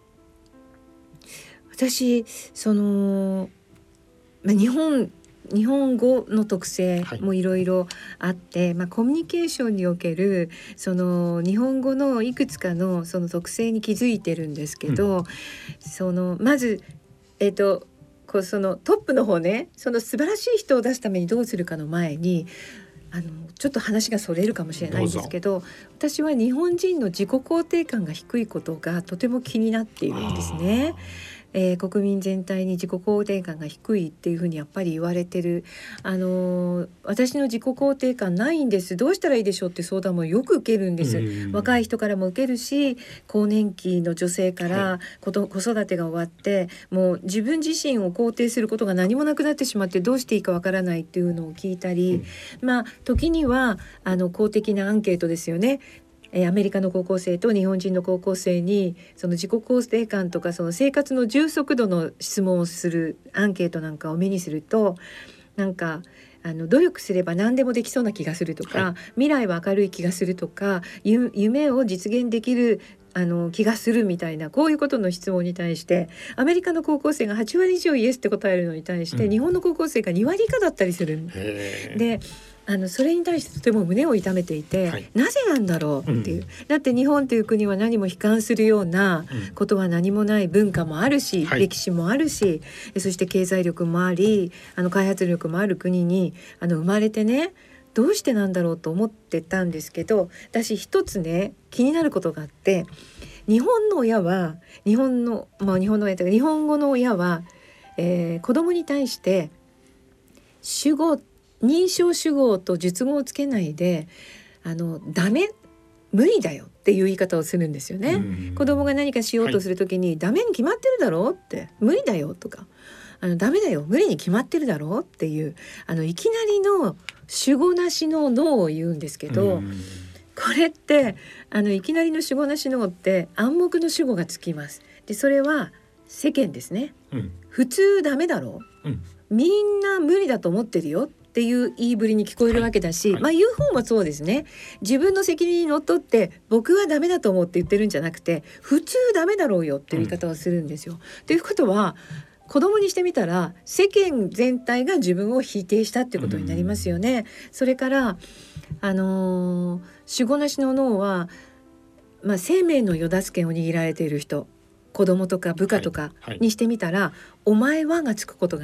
私その、まあ、日本日本語の特性もいろいろあって、はい、まあ、コミュニケーションにおけるその日本語のいくつかのその特性に気づいてるんですけど、うん、そのまずえっとこうそのトップの方ね、その素晴らしい人を出すためにどうするかの前に、あのちょっと話がそれるかもしれないんですけど、私は日本人の自己肯定感が低いことがとても気になっているんですね。えー、国民全体に自己肯定感が低いっていうふうにやっぱり言われてる。あのー、私の自己肯定感ないんです、どうしたらいいでしょうって相談もよく受けるんです。若い人からも受けるし、更年期の女性から子育てが終わってもう自分自身を肯定することが何もなくなってしまってどうしていいかわからないっていうのを聞いたり、うん、まあ時にはあの公的なアンケートですよね。アメリカの高校生と日本人の高校生にその自己肯定感とかその生活の充足度の質問をするアンケートなんかを目にすると、なんかあの努力すれば何でもできそうな気がするとか、はい、未来は明るい気がするとか、夢を実現できるあの気がするみたいな、こういうことの質問に対してアメリカの高校生がはちわり以上イエスって答えるのに対して、うん、日本の高校生がにわり以下だったりする。であのそれに対してとても胸を痛めていて、はい、なぜなんだろうっていう、うん、だって日本という国は何も悲観するようなことは何もない、文化もあるし、はい、歴史もあるし、そして経済力もあり、あの開発力もある国にあの生まれてね、どうしてなんだろうと思ってたんですけど、私一つね気になることがあって、日本の親は日本の、まあ、日本の親というか日本語の親は、えー、子供に対して主語認証主語と述語をつけないで、あのダメ無理だよっていう言い方をするんですよね。子供が何かしようとするときに、はい、ダメに決まってるだろうって、無理だよとか、あのダメだよ無理に決まってるだろうっていう、あのいきなりの主語なしのノーを言うんですけど、これってあのいきなりの主語なしノーって暗黙の主語がつきます。でそれは世間ですね、うん、普通ダメだろう、うん、みんな無理だと思ってるよっていう言いぶりに聞こえるわけだし、はいはい、まあ言う方もそうですね。自分の責任にのっとって僕はダメだと思って言ってるんじゃなくて、普通ダメだろうよっていう言い方をするんですよ。と、うん、いうことは子供にしてみたら世間全体が自分を否定したっていうことになりますよね。うん、それからあのー、主語なしの脳は、まあ、生命の与奪権を握られている人、子供とか部下とかにしてみたら、はいはい、お前はがつくことがある。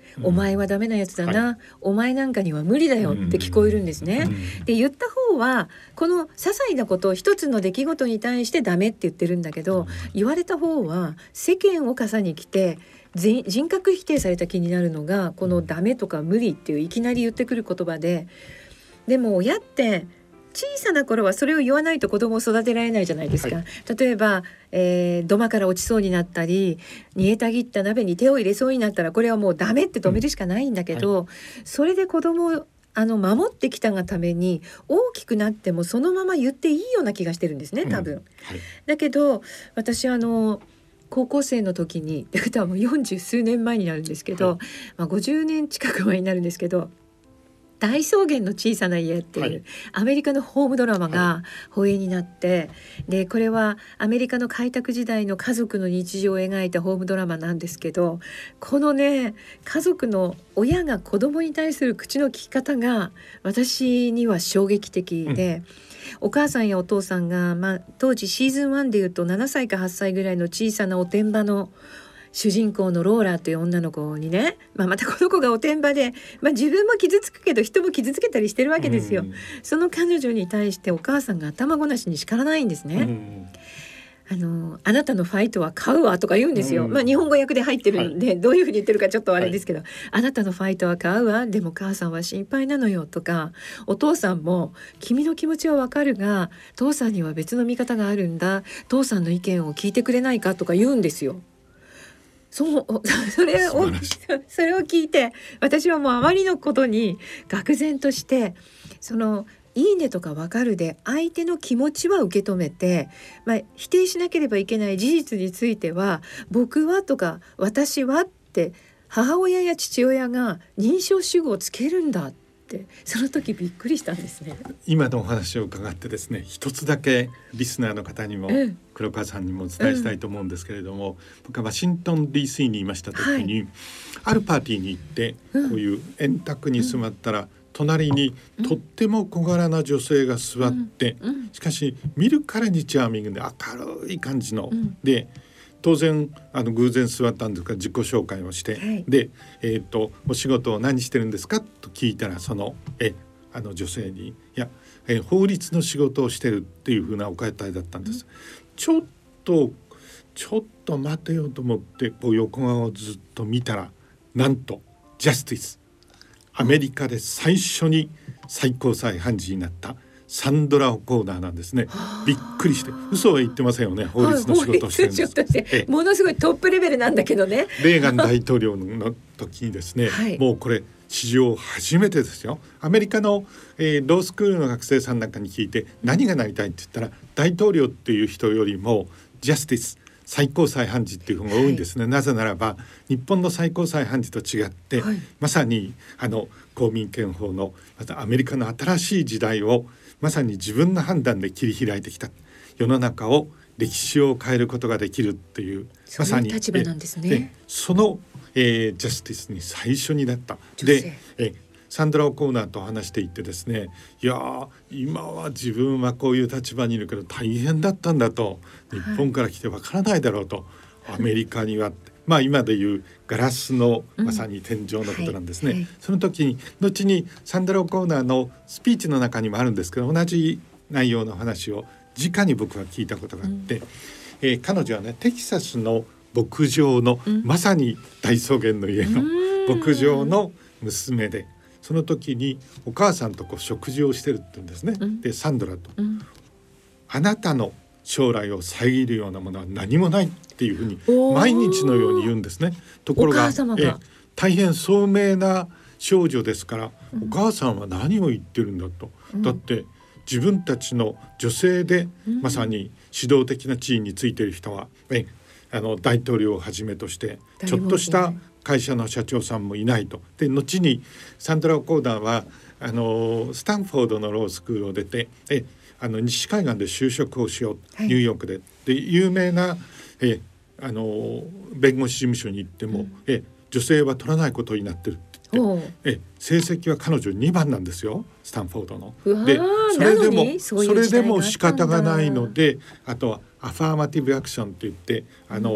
うん、お前はダメなやつだな、はい、お前なんかには無理だよって聞こえるんですね、うん、で言った方はこの些細なこと一つの出来事に対してダメって言ってるんだけど、うん、言われた方は世間を傘に来て人格否定された気になるのがこのダメとか無理っていういきなり言ってくる言葉で、でも親って小さな頃はそれを言わないと子供を育てられないじゃないですか、はい、例えば、えー、土間から落ちそうになったり煮えたぎった鍋に手を入れそうになったらこれはもうダメって止めるしかないんだけど、うんはい、それで子供をあの守ってきたがために大きくなってもそのまま言っていいような気がしてるんですね多分、うんはい、だけど私あの高校生の時にってことはもうよんじゅうすうねんまえになるんですけど、はいまあ、ごじゅうねん近く前になるんですけど大草原の小さな家っていう、はい、アメリカのホームドラマが放映になって、はい、でこれはアメリカの開拓時代の家族の日常を描いたホームドラマなんですけど、このね家族の親が子供に対する口の利き方が私には衝撃的で、うん、お母さんやお父さんが、まあ、当時シーズンワンでいうとななさいかはっさいぐらいの小さなおてんばの主人公のローラーという女の子にね、まあ、またこの子がおてんばで、まあ、自分も傷つくけど人も傷つけたりしてるわけですよ。その彼女に対してお母さんが頭ごなしに叱らないんですね。あのあなたのファイトは買うわとか言うんですよ、まあ、日本語訳で入ってるので、はい、どういうふうに言ってるかちょっとあれですけど、はい、あなたのファイトは買うわ、でも母さんは心配なのよとか、お父さんも君の気持ちはわかるが父さんには別の見方があるんだ、父さんの意見を聞いてくれないかとか言うんですよ。そうそれをそれを聞いて私はもうあまりのことに愕然として、そのいいねとかわかるで相手の気持ちは受け止めて、まあ、否定しなければいけない事実については僕はとか私はって母親や父親が認証主語をつけるんだって、その時びっくりしたんですね。
今のお話を伺ってですね、一つだけリスナーの方にも、うん、黒川さんにもお伝えしたいと思うんですけれども、うん、僕はワシントン ディーシー にいました時に、はい、あるパーティーに行ってこういう円卓に座ったら、うん、隣にとっても小柄な女性が座って、うん、しかし見るからにチャーミングで明るい感じの、うん、で当然あの偶然座ったんですが自己紹介をして、はい、で、えーと、お仕事を何してるんですかと聞いたら、そのえあの女性にいやえ法律の仕事をしてるっていう風なお答えだったんです、うん、ちょっとちょっと待てよと思ってこう横顔をずっと見たら、なんとジャスティス、アメリカで最初に最高裁判事になったサンドラ・オコーナーなんですね。びっくりして、嘘は言ってませんよね。法律の仕事をしてるんです。
ええ、ものすごいトップレベルなんだけどね。
レーガン大統領の時にですね、はい、もうこれ史上初めてですよ。アメリカの、えー、ロースクールの学生さんなんかに聞いて何がなりたいって言ったら、大統領っていう人よりもジャスティス、最高裁判事っていう方が多いんですね、はい、なぜならば日本の最高裁判事と違って、はい、まさにあの公民権法のまたアメリカの新しい時代をまさに自分の判断で切り開いてきた、世の中を歴史を変えることができるっていう、まさに
立場なんですね。
その、えー、ジャスティスに最初になったで、えサンドラ・オコーナーと話していってですね、いや今は自分はこういう立場にいるけど大変だったんだと、日本から来てわからないだろうと、はい、アメリカにはまあ今でいうガラスのまさに天井のことなんですね、うんはいはい、その時に後にサンドラ・オコーナーのスピーチの中にもあるんですけど、同じ内容の話を直に僕は聞いたことがあって、うんえー、彼女はねテキサスの牧場の、うん、まさに大草原の家の牧場の娘で、その時にお母さんとこう食事をしてるって言うんですね、うん、でサンドラと、うん、あなたの将来を遮るようなものは何もないっていうふうに毎日のように言うんですね。ところがえ大変聡明な少女ですから、うん、お母さんは何を言ってるんだと、うん、だって自分たちの女性でまさに指導的な地位についている人は、うん、えあの大統領をはじめとしてちょっとした会社の社長さんもいないと。で後にサンドラ・オコーナーはあのスタンフォードのロースクールを出てえあの西海岸で就職をしよう、はい、ニューヨークでで有名なえあの弁護士事務所に行っても、うん、え女性は取らないことになってるって言ってえ成績は彼女にばんなんですよ、スタンフォードの。でそれでもそれでも仕方がないので、あとはアファーマティブアクションって言ってあの、うん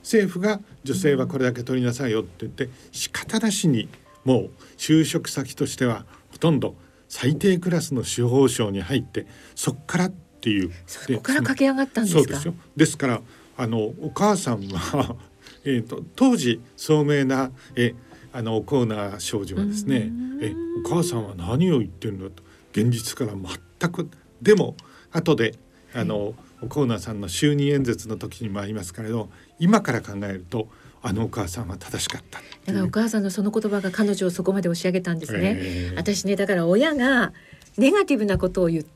政府が女性はこれだけ取りなさいよって言って仕方なしにもう就職先としてはほとんど最低クラスの司法省に入ってそこからっていう
そこから駆け上がったんですか。
そうですよ。ですからあのお母さんはえと当時聡明なえあのコーナー少女はですねえお母さんは何を言ってるんだと現実から全くでも後であの、はい、おコーナーさんの就任演説の時にもありますけれど今から考えるとあのお母さんは正しかった
だからお母さんのその言葉が彼女をそこまで押し上げたんですね、えー、私ねだから親がネガティブなことを言って、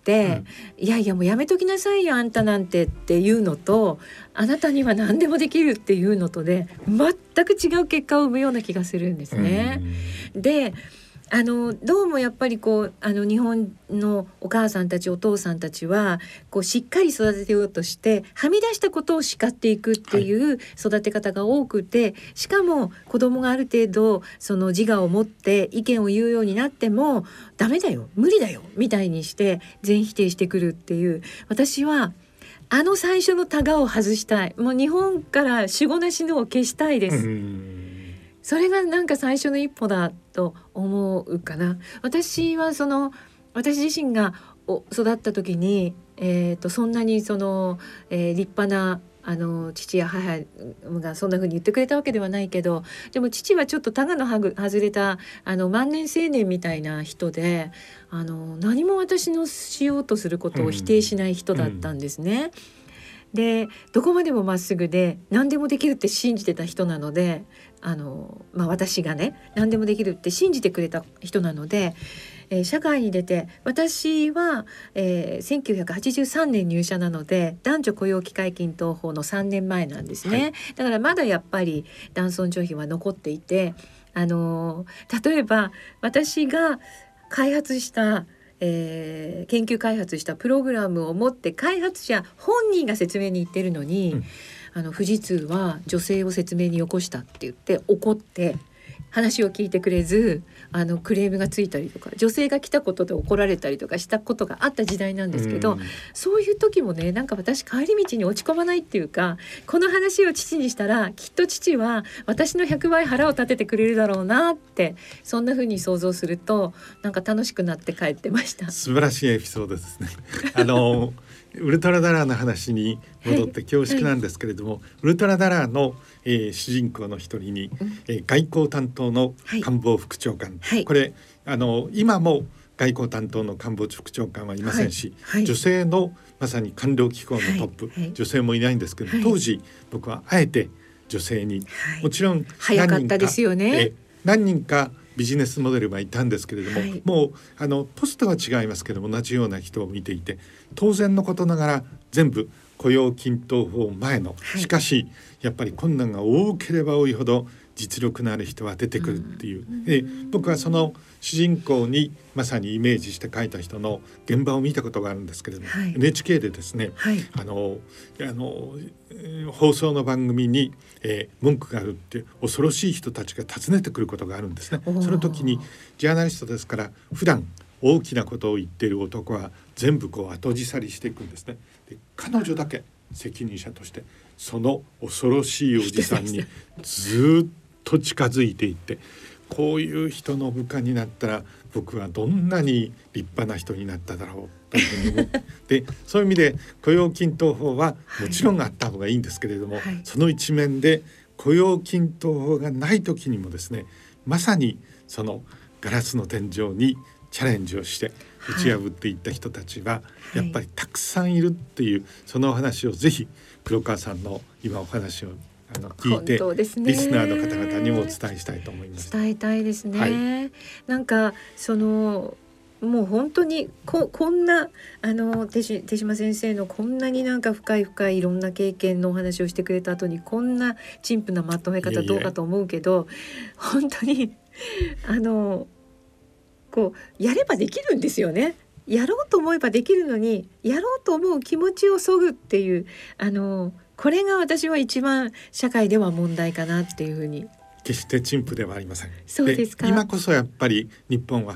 うん、いやいやもうやめときなさいよあんたなんてっていうのとあなたには何でもできるっていうのとで全く違う結果を生むような気がするんですね、うん、であのどうもやっぱりこうあの日本のお母さんたちお父さんたちはこうしっかり育てようとしてはみ出したことを叱っていくっていう育て方が多くて、はい、しかも子供がある程度その自我を持って意見を言うようになってもダメだよ無理だよみたいにして全否定してくるっていう私はあの最初のタガを外したいもう日本から守護なしのを消したいです。うんそれがなんか最初の一歩だと思うかな。私はその私自身が育った時に、えー、とそんなにその、えー、立派なあの父や母がそんな風に言ってくれたわけではないけどでも父はちょっとタガの外れたあの万年青年みたいな人であの何も私のしようとすることを否定しない人だったんですね、うんうんでどこまでもまっすぐで何でもできるって信じてた人なのであの、まあ、私がね何でもできるって信じてくれた人なので、えー、社会に出て私は、えー、せんきゅうひゃくはちじゅうさんねん入社なので男女雇用機会均等法のさんねんまえなんですね、はい、だからまだやっぱり男尊女卑は残っていてあの例えば私が開発したえー、研究開発したプログラムを持って開発者本人が説明に行ってるのに、うん、あの富士通は女性を説明によこしたって言って怒って話を聞いてくれずあのクレームがついたりとか女性が来たことで怒られたりとかしたことがあった時代なんですけど、うん、そういう時もねなんか私帰り道に落ち込まないっていうかこの話を父にしたらきっと父は私のひゃくばい腹を立ててくれるだろうなってそんな風に想像するとなんか楽しくなって帰ってました。
素晴らしいエピソードですねあのウルトラダラーの話に戻って恐縮なんですけれども、はいはい、ウルトラダラーの、えー、主人公の一人に、うんえー、外交担当の官房副長官、はい、これあの今も外交担当の官房副長官はいませんし、はいはい、女性のまさに官僚機構のトップ、はいはい、女性もいないんですけど、はい、当時僕はあえて女性に、はい、もちろん
早かったですよね、
え何人かビジネスモデルはいたんですけれども、はい、もうあのポストは違いますけども同じような人を見ていて当然のことながら全部雇用均等法前の、はい、しかしやっぱり困難が多ければ多いほど実力のある人は出てくるっていう、うん、で僕はその主人公にまさにイメージして書いた人の現場を見たことがあるんですけれども、はい、エヌエイチケー でですね、はい、あのあの放送の番組に、えー、文句があるって恐ろしい人たちが訪ねてくることがあるんですね。その時にジャーナリストですから普段大きなことを言っている男は全部こう後じ去りしていくんですね。で彼女だけ責任者としてその恐ろしいおじさんにずっと近づいていってこういう人の部下になったら僕はどんなに立派な人になっただろうというふうに思ってでそういう意味で雇用均等法はもちろんあった方がいいんですけれども、はい、その一面で雇用均等法がない時にもですねまさにそのガラスの天井にチャレンジをして打ち破っていった人たちはやっぱりたくさんいるっていう、はい、そのお話をぜひ黒川さんの今お話をあの聞いて、ね、リスナーの方々にもお伝えしたいと思います。
伝えたいですね、はい、なんかそのもう本当に こ, こんなあの手島先生のこんなになんか深い深いいろんな経験のお話をしてくれた後にこんな陳腐なまとめ方どうかと思うけどいえいえ本当にあのこうやればできるんですよね。やろうと思えばできるのにやろうと思う気持ちを削ぐっていうあのこれが私は一番社会では問題かなっていうふうに。
決して陳腐ではありません。
そうですか。
で今こそやっぱり日本は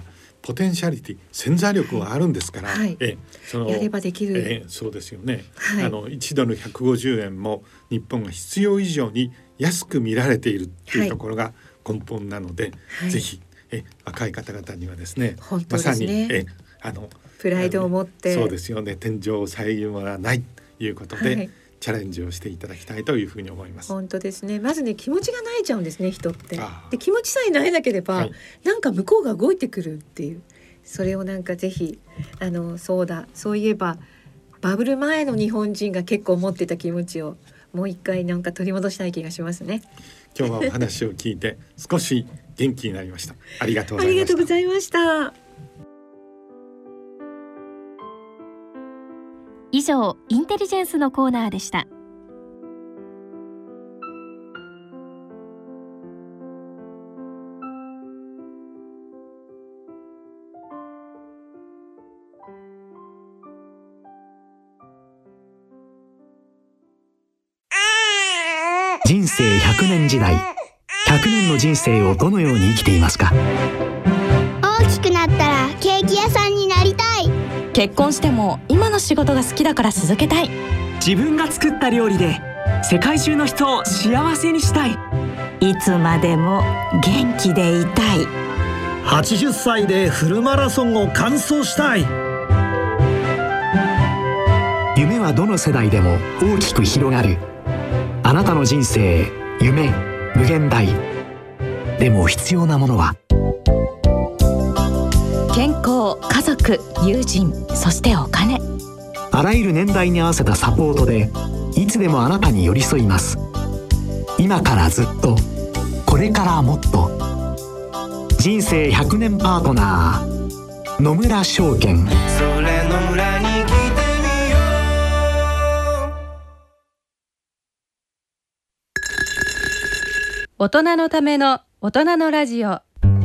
ポテンシャリティ、潜在力はあるんですから、
はい、
えその
やればできる、
えそうですよね、
はい、
あのいちドルひゃくごじゅうえんも日本が必要以上に安く見られているっていうところが根本なので、はい、ぜひえ若い方々にはですね、
本当ですね、
まさにえあの
プライドを持って、
そうですよね、天井を遮るものはないということで、はい、チャレンジをしていただきたいというふうに思います。
本当ですね。まずね、気持ちが慣れちゃうんですね、人って。で、気持ちさえ慣れなければ、はい、なんか向こうが動いてくるっていう、それをなんかぜひあのそうだそういえばバブル前の日本人が結構持ってた気持ちをもう一回なんか取り戻したい気がしますね。
今日はお話を聞いて少し元気になりました。ありがとうございました。
ありがとうございました。
以上、インテリジェンスのコーナーでした。
人生ひゃくねん時代、ひゃくねんの人生をどのように生きていますか？
大きくなったらケーキ屋さんになりたい。
結婚しても今の仕事が好きだから続けたい。
自分が作った料理で世界中の人を幸せにしたい。
いつまでも元気でいたい。
はちじゅっさいでフルマラソンを完走したい。
夢はどの世代でも大きく広がる。あなたの人生、夢、無限大。でも必要なものは
健康、家族、友人、そしてお金。
あらゆる年代に合わせたサポートでいつでもあなたに寄り添います。今からずっと、これからもっと。人生ひゃくねんパートナー、野村証券。それ野村に来てみよう。
大人のための大人のラジオ。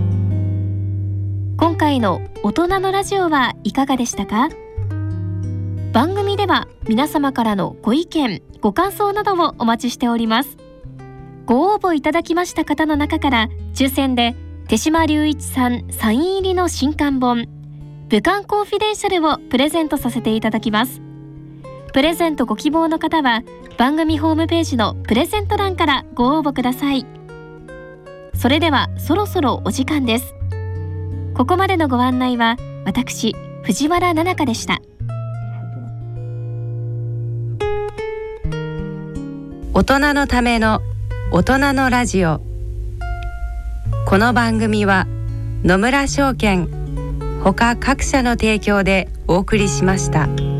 今回の大人のラジオはいかがでしたか？番組では皆様からのご意見、ご感想などをお待ちしております。ご応募いただきました方の中から抽選で手島隆一さんサイン入りの新刊本武漢コンフィデンシャルをプレゼントさせていただきます。プレゼントご希望の方は番組ホームページのプレゼント欄からご応募ください。それではそろそろお時間です。ここまでのご案内は私藤原奈々香でした。
大人のための大人のラジオ。この番組は野村証券ほか各社の提供でお送りしました。